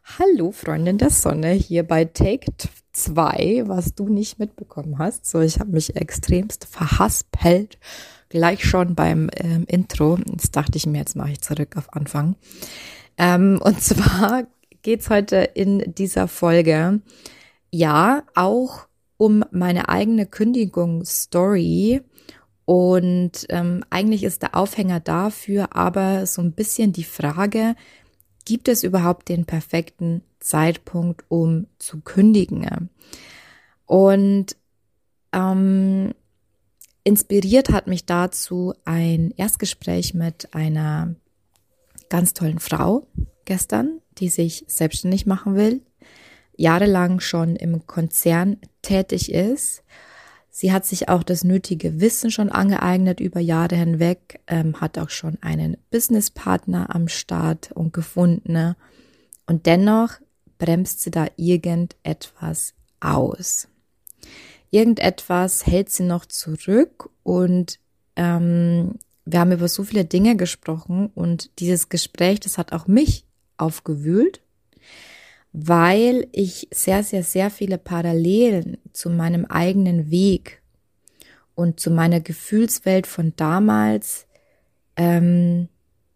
Hallo Freundin der Sonne, hier bei Take 2, was du nicht mitbekommen hast. So, ich habe mich extremst verhaspelt, gleich schon beim Intro. Jetzt dachte ich mir, jetzt mache ich zurück auf Anfang. Und zwar geht's heute in dieser Folge, ja, auch um meine eigene Kündigungsstory. Und eigentlich ist der Aufhänger dafür aber so ein bisschen die Frage, gibt es überhaupt den perfekten Zeitpunkt, um zu kündigen? Und inspiriert hat mich dazu ein Erstgespräch mit einer ganz tollen Frau gestern, die sich selbstständig machen will, jahrelang schon im Konzern tätig ist. Sie hat sich auch das nötige Wissen schon angeeignet über Jahre hinweg, hat auch schon einen Businesspartner am Start und gefunden. Und dennoch bremst sie da irgendetwas aus. Irgendetwas hält sie noch zurück und wir haben über so viele Dinge gesprochen und dieses Gespräch, das hat auch mich aufgewühlt, weil ich sehr, sehr, sehr viele Parallelen zu meinem eigenen Weg und zu meiner Gefühlswelt von damals, in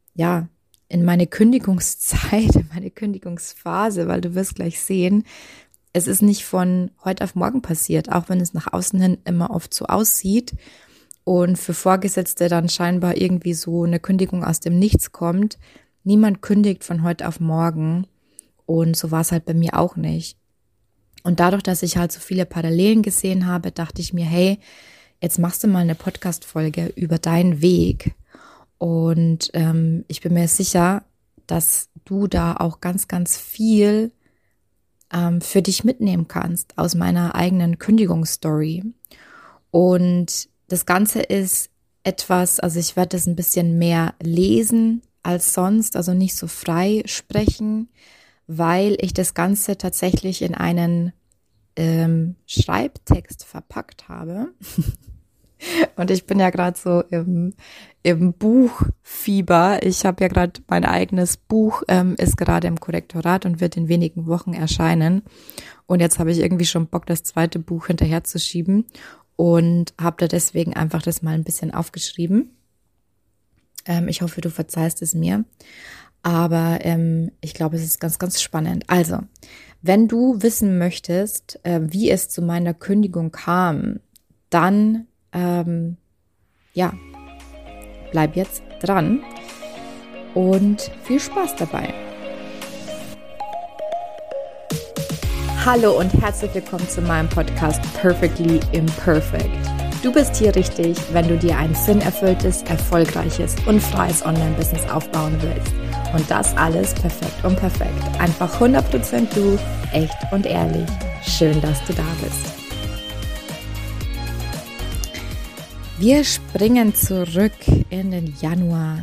meine Kündigungszeit, in meine Kündigungsphase, weil du wirst gleich sehen, es ist nicht von heute auf morgen passiert, auch wenn es nach außen hin immer oft so aussieht und für Vorgesetzte dann scheinbar irgendwie so eine Kündigung aus dem Nichts kommt. Niemand kündigt von heute auf morgen. Und so war es halt bei mir auch nicht. Und dadurch, dass ich halt so viele Parallelen gesehen habe, dachte ich mir, hey, jetzt machst du mal eine Podcast-Folge über deinen Weg. Und ich bin mir sicher, dass du da auch ganz, ganz viel für dich mitnehmen kannst aus meiner eigenen Kündigungsstory. Und das Ganze ist etwas, also ich werde das ein bisschen mehr lesen als sonst, also nicht so frei sprechen, weil ich das Ganze tatsächlich in einen Schreibtext verpackt habe. Und ich bin ja gerade so im Buchfieber. Ich habe ja gerade mein eigenes Buch, ist gerade im Korrektorat und wird in wenigen Wochen erscheinen. Und jetzt habe ich irgendwie schon Bock, das zweite Buch hinterherzuschieben und habe da deswegen einfach das mal ein bisschen aufgeschrieben. Ich hoffe, du verzeihst es mir. Aber ich glaube, es ist ganz, ganz spannend. Also, wenn du wissen möchtest, wie es zu meiner Kündigung kam, dann, bleib jetzt dran und viel Spaß dabei. Hallo und herzlich willkommen zu meinem Podcast Perfectly Imperfect. Du bist hier richtig, wenn du dir ein sinnerfülltes, erfolgreiches und freies Online-Business aufbauen willst. Und das alles perfekt und perfekt. Einfach 100% du, echt und ehrlich. Schön, dass du da bist. Wir springen zurück in den Januar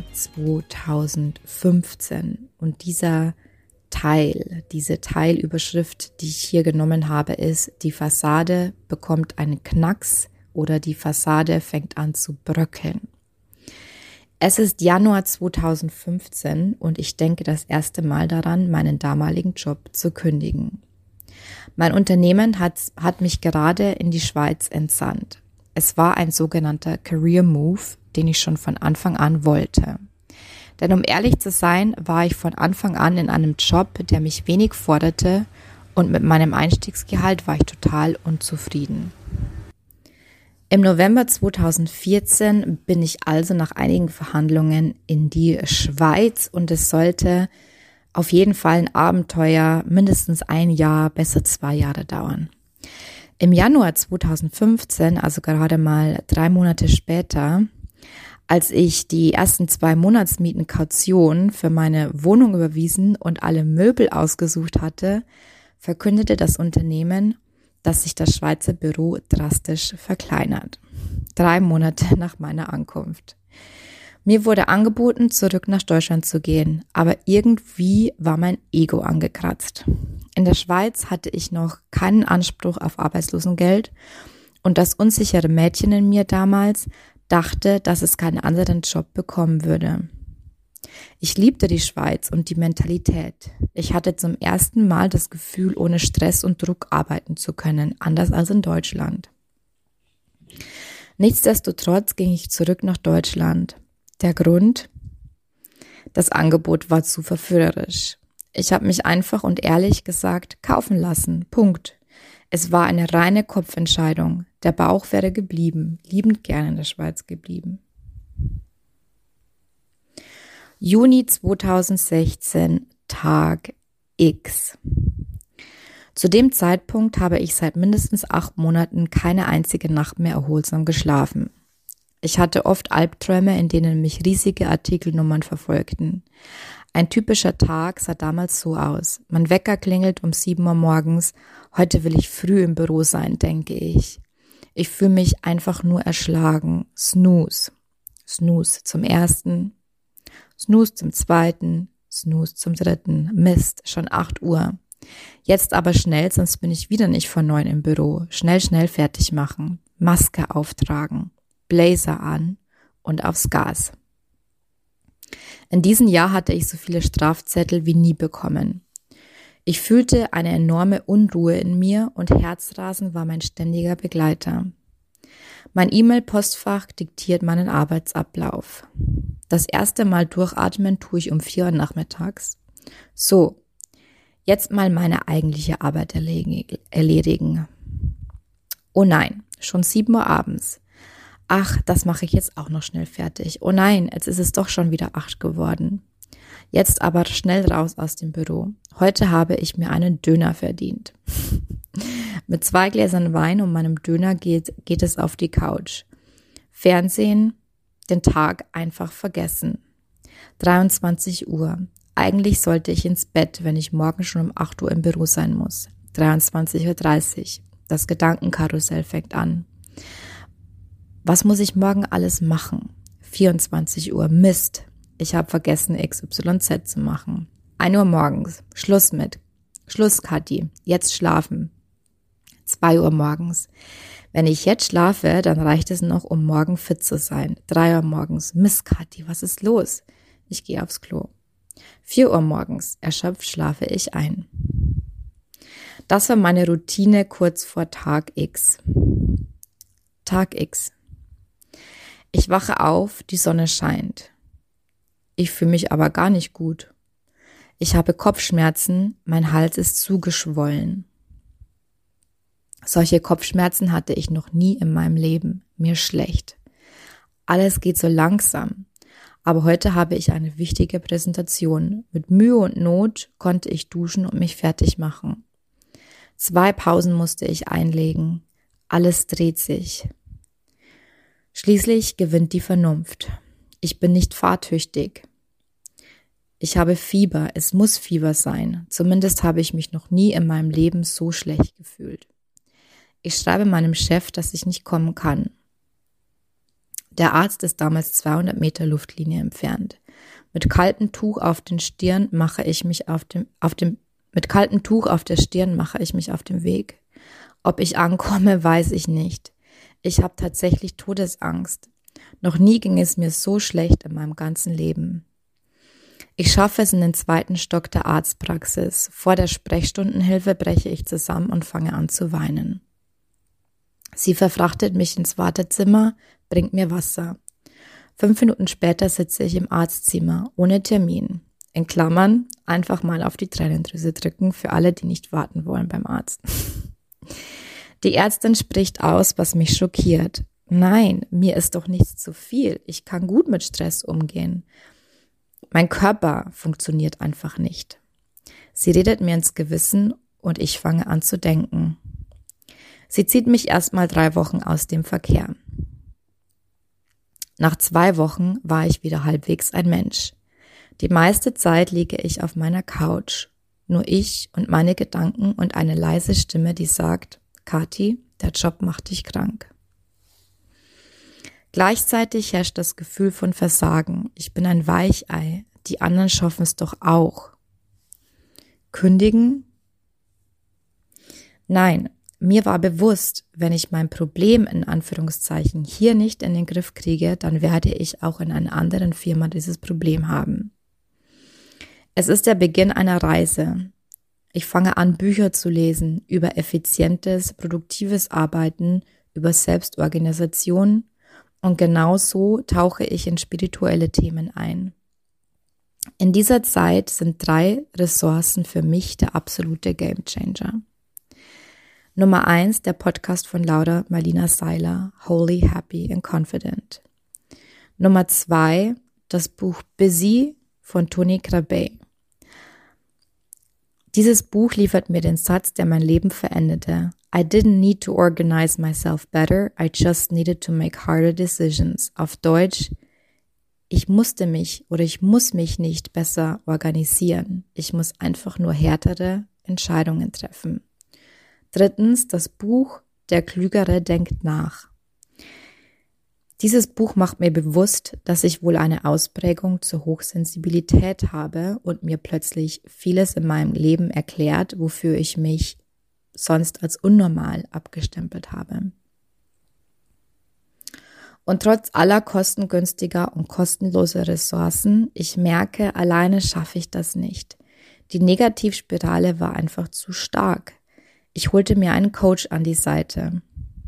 2015. Und diese Teilüberschrift, die ich hier genommen habe, ist: Die Fassade bekommt einen Knacks oder die Fassade fängt an zu bröckeln. Es ist Januar 2015 und ich denke das erste Mal daran, meinen damaligen Job zu kündigen. Mein Unternehmen hat mich gerade in die Schweiz entsandt. Es war ein sogenannter Career Move, den ich schon von Anfang an wollte. Denn um ehrlich zu sein, war ich von Anfang an in einem Job, der mich wenig forderte, und mit meinem Einstiegsgehalt war ich total unzufrieden. Im November 2014 bin ich also nach einigen Verhandlungen in die Schweiz und es sollte auf jeden Fall ein Abenteuer mindestens 1 Jahr, besser 2 Jahre dauern. Im Januar 2015, also gerade mal 3 Monate später, als ich die ersten 2 Monatsmieten Kaution für meine Wohnung überwiesen und alle Möbel ausgesucht hatte, verkündete das Unternehmen, dass sich das Schweizer Büro drastisch verkleinert. 3 Monate nach meiner Ankunft. Mir wurde angeboten, zurück nach Deutschland zu gehen, aber irgendwie war mein Ego angekratzt. In der Schweiz hatte ich noch keinen Anspruch auf Arbeitslosengeld und das unsichere Mädchen in mir damals dachte, dass es keinen anderen Job bekommen würde. Ich liebte die Schweiz und die Mentalität. Ich hatte zum ersten Mal das Gefühl, ohne Stress und Druck arbeiten zu können, anders als in Deutschland. Nichtsdestotrotz ging ich zurück nach Deutschland. Der Grund? Das Angebot war zu verführerisch. Ich habe mich einfach und ehrlich gesagt kaufen lassen. Punkt. Es war eine reine Kopfentscheidung. Der Bauch wäre geblieben, liebend gerne in der Schweiz geblieben. Juni 2016, Tag X. Zu dem Zeitpunkt habe ich seit mindestens 8 Monaten keine einzige Nacht mehr erholsam geschlafen. Ich hatte oft Albträume, in denen mich riesige Artikelnummern verfolgten. Ein typischer Tag sah damals so aus. Mein Wecker klingelt um 7 Uhr morgens. Heute will ich früh im Büro sein, denke ich. Ich fühle mich einfach nur erschlagen. Snooze. Snooze zum ersten. Snooze zum zweiten. Snooze zum dritten. Mist, schon 8 Uhr. Jetzt aber schnell, sonst bin ich wieder nicht vor 9 im Büro. Schnell, schnell fertig machen. Maske auftragen. Blazer an und aufs Gas. In diesem Jahr hatte ich so viele Strafzettel wie nie bekommen. Ich fühlte eine enorme Unruhe in mir und Herzrasen war mein ständiger Begleiter. Mein E-Mail-Postfach diktiert meinen Arbeitsablauf. Das erste Mal durchatmen tue ich um 4 Uhr nachmittags. So, jetzt mal meine eigentliche Arbeit erledigen. Oh nein, schon 7 Uhr abends. Ach, das mache ich jetzt auch noch schnell fertig. Oh nein, jetzt ist es doch schon wieder 8 geworden. Jetzt aber schnell raus aus dem Büro. Heute habe ich mir einen Döner verdient. Mit 2 Gläsern Wein und meinem Döner geht es auf die Couch. Fernsehen, den Tag einfach vergessen. 23 Uhr. Eigentlich sollte ich ins Bett, wenn ich morgen schon um 8 Uhr im Büro sein muss. 23:30 Uhr. Das Gedankenkarussell fängt an. Was muss ich morgen alles machen? 24 Uhr. Mist. Ich habe vergessen, XYZ zu machen. 1 Uhr morgens. Schluss, Kathi. Jetzt schlafen. 2 Uhr morgens. Wenn ich jetzt schlafe, dann reicht es noch, um morgen fit zu sein. 3 Uhr morgens. Mist, Kathi, was ist los? Ich gehe aufs Klo. 4 Uhr morgens. Erschöpft schlafe ich ein. Das war meine Routine kurz vor Tag X. Tag X. Ich wache auf, die Sonne scheint. Ich fühle mich aber gar nicht gut. Ich habe Kopfschmerzen, mein Hals ist zugeschwollen. Solche Kopfschmerzen hatte ich noch nie in meinem Leben. Mir schlecht. Alles geht so langsam. Aber heute habe ich eine wichtige Präsentation. Mit Mühe und Not konnte ich duschen und mich fertig machen. 2 Pausen musste ich einlegen. Alles dreht sich. Schließlich gewinnt die Vernunft. Ich bin nicht fahrtüchtig. Ich habe Fieber, es muss Fieber sein. Zumindest habe ich mich noch nie in meinem Leben so schlecht gefühlt. Ich schreibe meinem Chef, dass ich nicht kommen kann. Der Arzt ist damals 200 Meter Luftlinie entfernt. Mit kaltem Tuch auf der Stirn mache ich mich auf dem Weg. Ob ich ankomme, weiß ich nicht. Ich habe tatsächlich Todesangst. Noch nie ging es mir so schlecht in meinem ganzen Leben. Ich schaffe es in den 2. Stock der Arztpraxis. Vor der Sprechstundenhilfe breche ich zusammen und fange an zu weinen. Sie verfrachtet mich ins Wartezimmer, bringt mir Wasser. 5 Minuten später sitze ich im Arztzimmer, ohne Termin. In Klammern, einfach mal auf die Tränendrüse drücken für alle, die nicht warten wollen beim Arzt. Die Ärztin spricht aus, was mich schockiert. Nein, mir ist doch nichts zu viel. Ich kann gut mit Stress umgehen. Mein Körper funktioniert einfach nicht. Sie redet mir ins Gewissen und ich fange an zu denken. Sie zieht mich erstmal 3 Wochen aus dem Verkehr. Nach 2 Wochen war ich wieder halbwegs ein Mensch. Die meiste Zeit liege ich auf meiner Couch. Nur ich und meine Gedanken und eine leise Stimme, die sagt, Kathi, der Job macht dich krank. Gleichzeitig herrscht das Gefühl von Versagen. Ich bin ein Weichei. Die anderen schaffen es doch auch. Kündigen? Nein, mir war bewusst, wenn ich mein Problem in Anführungszeichen hier nicht in den Griff kriege, dann werde ich auch in einer anderen Firma dieses Problem haben. Es ist der Beginn einer Reise. Ich fange an, Bücher zu lesen über effizientes, produktives Arbeiten, über Selbstorganisation und genauso tauche ich in spirituelle Themen ein. In dieser Zeit sind 3 Ressourcen für mich der absolute Gamechanger. Nummer 1, der Podcast von Laura Marlina Seiler, Holy, Happy and Confident. Nummer 2, das Buch Busy von Tony Crabbe. Dieses Buch liefert mir den Satz, der mein Leben veränderte. I didn't need to organize myself better, I just needed to make harder decisions. Auf Deutsch, ich muss mich nicht besser organisieren. Ich muss einfach nur härtere Entscheidungen treffen. 3, das Buch Der Klügere denkt nach. Dieses Buch macht mir bewusst, dass ich wohl eine Ausprägung zur Hochsensibilität habe und mir plötzlich vieles in meinem Leben erklärt, wofür ich mich sonst als unnormal abgestempelt habe. Und trotz aller kostengünstiger und kostenloser Ressourcen, ich merke, alleine schaffe ich das nicht. Die Negativspirale war einfach zu stark. Ich holte mir einen Coach an die Seite.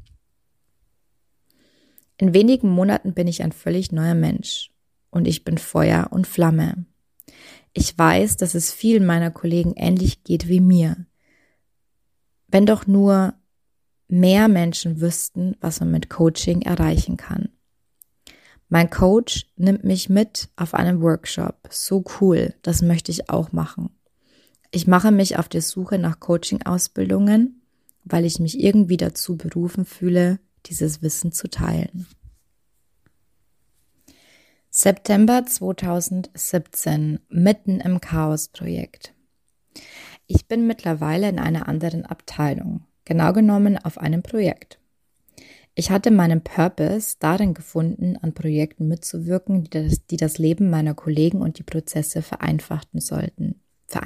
In wenigen Monaten bin ich ein völlig neuer Mensch und ich bin Feuer und Flamme. Ich weiß, dass es vielen meiner Kollegen ähnlich geht wie mir. Wenn doch nur mehr Menschen wüssten, was man mit Coaching erreichen kann. Mein Coach nimmt mich mit auf einen Workshop. So cool, das möchte ich auch machen. Ich mache mich auf die Suche nach Coaching-Ausbildungen, weil ich mich irgendwie dazu berufen fühle, dieses Wissen zu teilen. September 2017, mitten im Chaos-Projekt. Ich bin mittlerweile in einer anderen Abteilung, genau genommen auf einem Projekt. Ich hatte meinen Purpose darin gefunden, an Projekten mitzuwirken, die das Leben meiner Kollegen und die Prozesse vereinfachen sollten.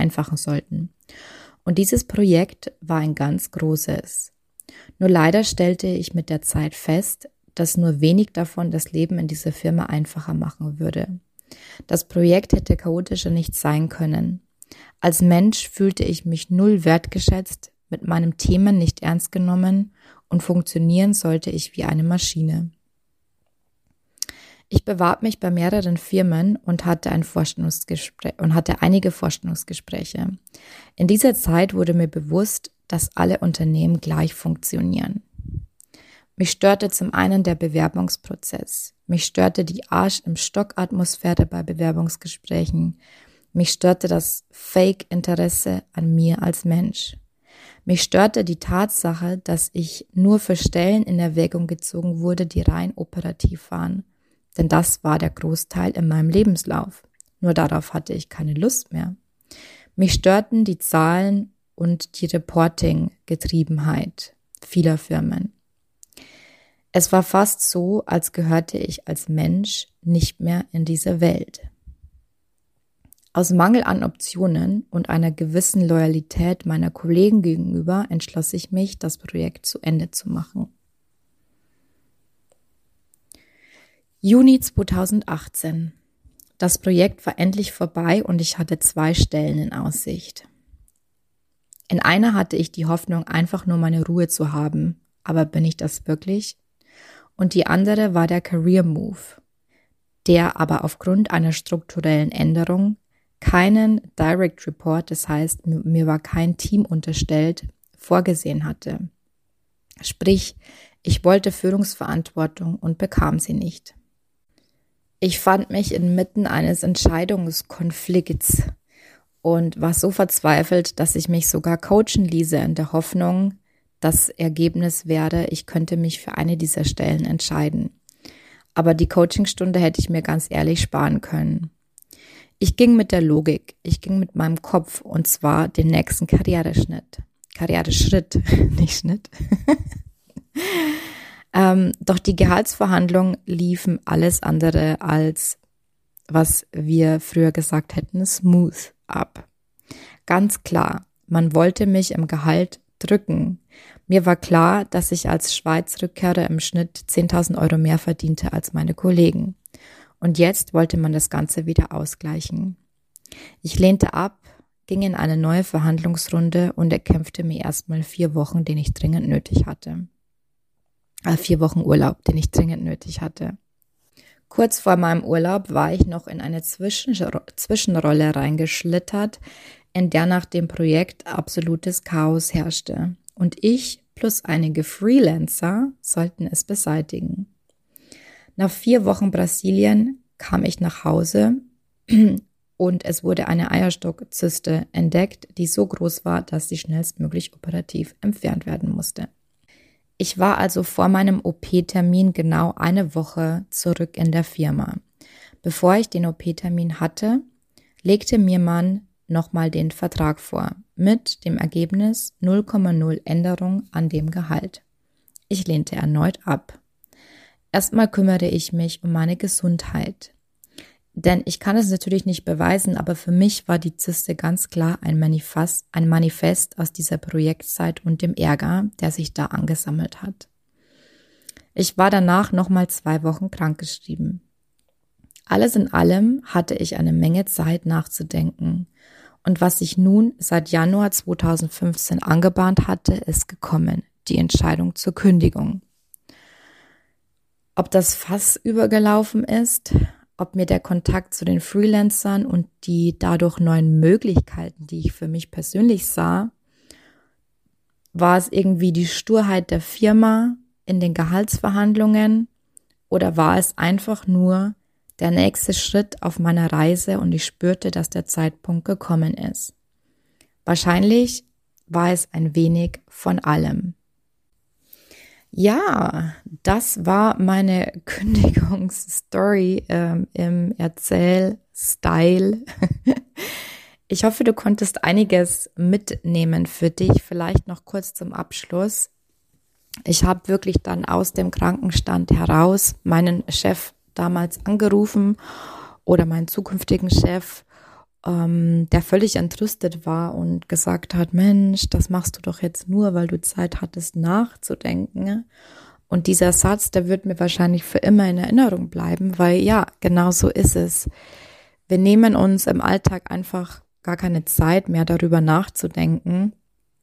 Und dieses Projekt war ein ganz großes. Nur leider stellte ich mit der Zeit fest, dass nur wenig davon das Leben in dieser Firma einfacher machen würde. Das Projekt hätte chaotischer nicht sein können. Als Mensch fühlte ich mich null wertgeschätzt, mit meinem Thema nicht ernst genommen und funktionieren sollte ich wie eine Maschine. Ich bewarb mich bei mehreren Firmen und hatte einige Vorstellungsgespräche. In dieser Zeit wurde mir bewusst, dass alle Unternehmen gleich funktionieren. Mich störte zum einen der Bewerbungsprozess. Mich störte die Arsch-im-Stock-Atmosphäre bei Bewerbungsgesprächen. Mich störte das Fake-Interesse an mir als Mensch. Mich störte die Tatsache, dass ich nur für Stellen in Erwägung gezogen wurde, die rein operativ waren. Denn das war der Großteil in meinem Lebenslauf. Nur darauf hatte ich keine Lust mehr. Mich störten die Zahlen und die Reporting-Getriebenheit vieler Firmen. Es war fast so, als gehörte ich als Mensch nicht mehr in diese Welt. Aus Mangel an Optionen und einer gewissen Loyalität meiner Kollegen gegenüber entschloss ich mich, das Projekt zu Ende zu machen. Juni 2018. Das Projekt war endlich vorbei und ich hatte 2 Stellen in Aussicht. In einer hatte ich die Hoffnung, einfach nur meine Ruhe zu haben. Aber bin ich das wirklich? Und die andere war der Career Move, der aber aufgrund einer strukturellen Änderung keinen Direct Report, das heißt, mir war kein Team unterstellt, vorgesehen hatte. Sprich, ich wollte Führungsverantwortung und bekam sie nicht. Ich fand mich inmitten eines Entscheidungskonflikts und war so verzweifelt, dass ich mich sogar coachen ließe in der Hoffnung, das Ergebnis wäre, ich könnte mich für eine dieser Stellen entscheiden. Aber die Coachingstunde hätte ich mir ganz ehrlich sparen können. Ich ging mit der Logik, ich ging mit meinem Kopf und zwar den nächsten Karriereschritt, nicht Schnitt. Doch die Gehaltsverhandlungen liefen alles andere als, was wir früher gesagt hätten, smooth ab. Ganz klar, man wollte mich im Gehalt drücken. Mir war klar, dass ich als Schweiz-Rückkehrer im Schnitt 10.000 Euro mehr verdiente als meine Kollegen. Und jetzt wollte man das Ganze wieder ausgleichen. Ich lehnte ab, ging in eine neue Verhandlungsrunde und erkämpfte mir erstmal 4 Wochen, den ich dringend nötig hatte. 4 Wochen Urlaub, den ich dringend nötig hatte. Kurz vor meinem Urlaub war ich noch in eine Zwischenrolle reingeschlittert, in der nach dem Projekt absolutes Chaos herrschte. Und ich plus einige Freelancer sollten es beseitigen. Nach 4 Wochen Brasilien kam ich nach Hause und es wurde eine Eierstockzyste entdeckt, die so groß war, dass sie schnellstmöglich operativ entfernt werden musste. Ich war also vor meinem OP-Termin genau eine Woche zurück in der Firma. Bevor ich den OP-Termin hatte, legte mir man nochmal den Vertrag vor, mit dem Ergebnis 0,0 Änderung an dem Gehalt. Ich lehnte erneut ab. Erstmal kümmere ich mich um meine Gesundheit. Denn ich kann es natürlich nicht beweisen, aber für mich war die Zyste ganz klar ein Manifest aus dieser Projektzeit und dem Ärger, der sich da angesammelt hat. Ich war danach nochmal 2 Wochen krankgeschrieben. Alles in allem hatte ich eine Menge Zeit nachzudenken. Und was sich nun seit Januar 2015 angebahnt hatte, ist gekommen, die Entscheidung zur Kündigung. Ob das Fass übergelaufen ist, ob mir der Kontakt zu den Freelancern und die dadurch neuen Möglichkeiten, die ich für mich persönlich sah, war es irgendwie die Sturheit der Firma in den Gehaltsverhandlungen oder war es einfach nur der nächste Schritt auf meiner Reise und ich spürte, dass der Zeitpunkt gekommen ist. Wahrscheinlich war es ein wenig von allem. Ja, das war meine Kündigungsstory im Erzählstyle. Ich hoffe, du konntest einiges mitnehmen für dich. Vielleicht noch kurz zum Abschluss. Ich habe wirklich dann aus dem Krankenstand heraus meinen Chef damals angerufen oder meinen zukünftigen Chef, der völlig entrüstet war und gesagt hat, Mensch, das machst du doch jetzt nur, weil du Zeit hattest nachzudenken. Und dieser Satz, der wird mir wahrscheinlich für immer in Erinnerung bleiben, weil ja, genau so ist es. Wir nehmen uns im Alltag einfach gar keine Zeit mehr darüber nachzudenken,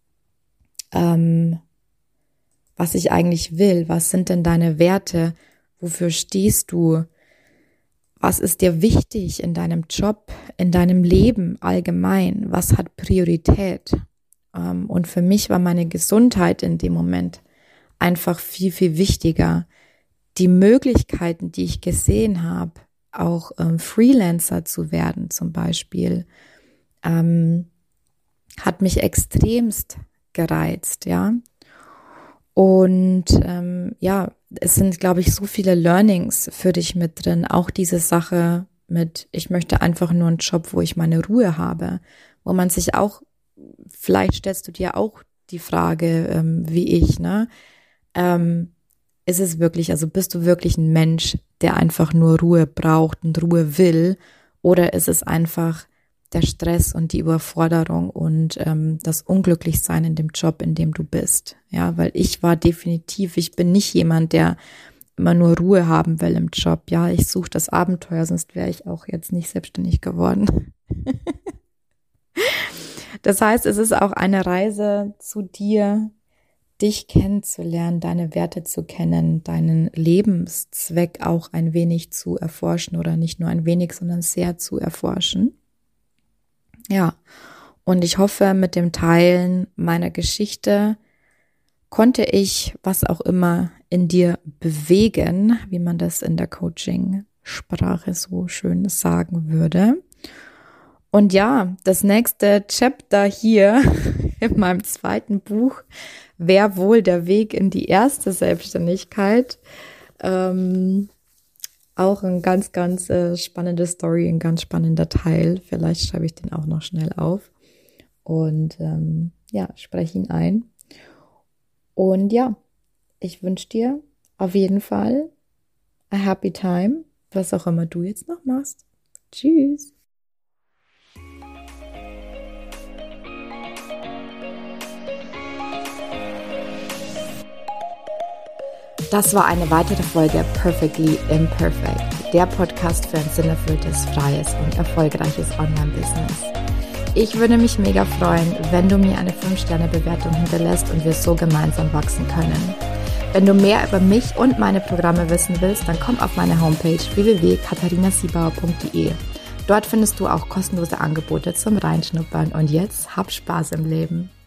was ich eigentlich will, was sind denn deine Werte, wofür stehst du? Was ist dir wichtig in deinem Job, in deinem Leben allgemein? Was hat Priorität? Und für mich war meine Gesundheit in dem Moment einfach viel, viel wichtiger. Die Möglichkeiten, die ich gesehen habe, auch Freelancer zu werden zum Beispiel, hat mich extremst gereizt, ja. Und es sind, glaube ich, so viele Learnings für dich mit drin. Auch diese Sache mit, ich möchte einfach nur einen Job, wo ich meine Ruhe habe. Wo man sich auch, vielleicht stellst du dir auch die Frage, wie ich, ne? Ist es wirklich, also bist du wirklich ein Mensch, der einfach nur Ruhe braucht und Ruhe will? Oder ist es einfach der Stress und die Überforderung und das Unglücklichsein in dem Job, in dem du bist? Ja, weil ich bin nicht jemand, der immer nur Ruhe haben will im Job. Ja, ich suche das Abenteuer, sonst wäre ich auch jetzt nicht selbstständig geworden. Das heißt, es ist auch eine Reise zu dir, dich kennenzulernen, deine Werte zu kennen, deinen Lebenszweck auch ein wenig zu erforschen oder nicht nur ein wenig, sondern sehr zu erforschen. Ja, und ich hoffe, mit dem Teilen meiner Geschichte konnte ich was auch immer in dir bewegen, wie man das in der Coaching-Sprache so schön sagen würde. Und ja, das nächste Chapter hier in meinem 2. Buch wäre wohl der Weg in die erste Selbstständigkeit. Auch ein ganz, ganz spannende Story, ein ganz spannender Teil. Vielleicht schreibe ich den auch noch schnell auf und spreche ihn ein. Und ja, ich wünsche dir auf jeden Fall a happy time, was auch immer du jetzt noch machst. Tschüss. Das war eine weitere Folge Perfectly Imperfect. der Podcast für ein sinnerfülltes, freies und erfolgreiches Online-Business. Ich würde mich mega freuen, wenn du mir eine 5-Sterne-Bewertung hinterlässt und wir so gemeinsam wachsen können. Wenn du mehr über mich und meine Programme wissen willst, dann komm auf meine Homepage www.katharinasiebauer.de. Dort findest du auch kostenlose Angebote zum Reinschnuppern und jetzt hab Spaß im Leben.